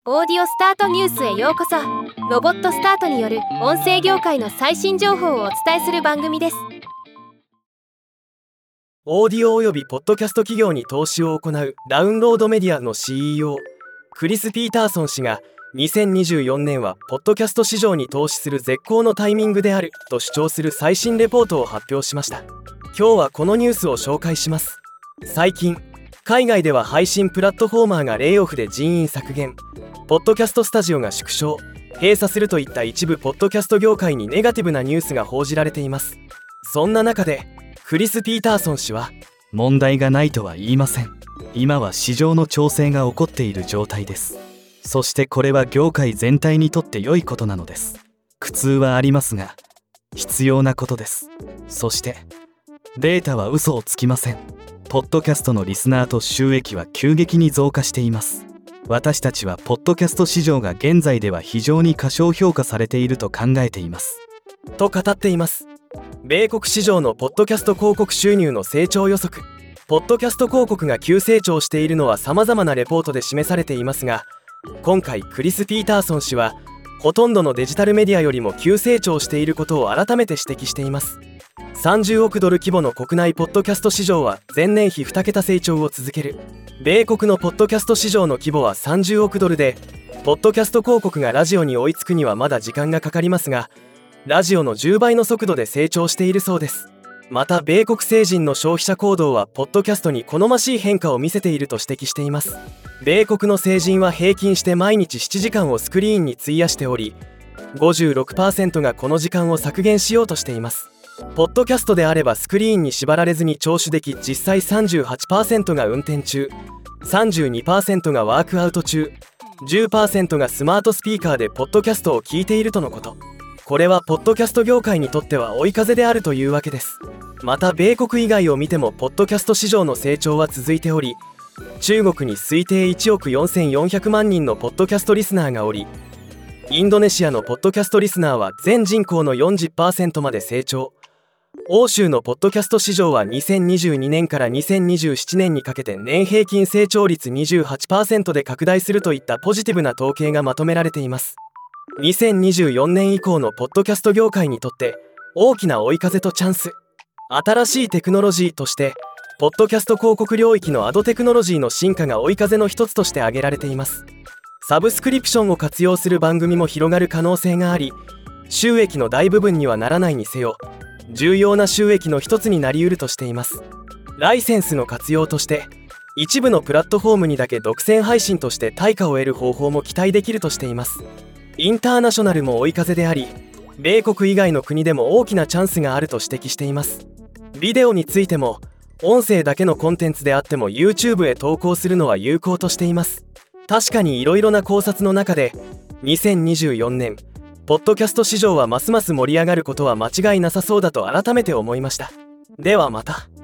オーディオスタートニュースへようこそ。ロボットスタートによる音声業界の最新情報をお伝えする番組です。 オーディオおよびポッドキャスト企業に投資を行うダウンロードメディアの CEO クリス・ピーターソン氏が2024年はポッドキャスト市場に投資する絶好のタイミングであると主張する最新レポートを発表しました。今日はこのニュースを紹介します。最近海外では配信プラットフォーマーがレイオフで人員削減、ポッドキャストスタジオが縮小、閉鎖するといった一部ポッドキャスト業界にネガティブなニュースが報じられています。そんな中でクリス・ピーターソン氏は、 問題がないとは言いません。今は市場の調整が起こっている状態です。そしてこれは業界全体にとって良いことなのです。苦痛はありますが必要なことです。そしてデータは嘘をつきません。ポッドキャストのリスナーと収益は急激に増加しています。私たちはポッドキャスト市場が現在では非常に過小評価されていると考えていますと語っています。米国市場のポッドキャスト広告収入の成長予測。ポッドキャスト広告が急成長しているのは様々なレポートで示されていますが、今回クリス・ピーターソン氏はほとんどのデジタルメディアよりも急成長していることを改めて指摘しています。30億ドル規模の国内ポッドキャスト市場は前年比2桁成長を続ける。米国のポッドキャスト市場の規模は30億ドルで、ポッドキャスト広告がラジオに追いつくにはまだ時間がかかりますが、ラジオの10倍の速度で成長しているそうです。また米国成人の消費者行動はポッドキャストに好ましい変化を見せていると指摘しています。米国の成人は平均して毎日7時間をスクリーンに費やしており、56% がこの時間を削減しようとしています。ポッドキャストであればスクリーンに縛られずに聴取でき、実際 38% が運転中、32% がワークアウト中、10% がスマートスピーカーでポッドキャストを聞いているとのこと。これはポッドキャスト業界にとっては追い風であるというわけです。また米国以外を見てもポッドキャスト市場の成長は続いており、中国に推定1億4400万人のポッドキャストリスナーがおり、インドネシアのポッドキャストリスナーは全人口の 40% まで成長。欧州のポッドキャスト市場は2022年から2027年にかけて年平均成長率 28% で拡大するといったポジティブな統計がまとめられています。2024年以降のポッドキャスト業界にとって大きな追い風とチャンス。新しいテクノロジーとしてポッドキャスト広告領域のアドテクノロジーの進化が追い風の一つとして挙げられています。サブスクリプションを活用する番組も広がる可能性があり、収益の大部分にはならないにせよ重要な収益の一つになりうるとしています。ライセンスの活用として一部のプラットフォームにだけ独占配信として対価を得る方法も期待できるとしています。インターナショナルも追い風であり、米国以外の国でも大きなチャンスがあると指摘しています。ビデオについても音声だけのコンテンツであっても YouTube へ投稿するのは有効としています。確かにいろいろな考察の中で2024年ポッドキャスト市場はますます盛り上がることは間違いなさそうだと改めて思いました。ではまた。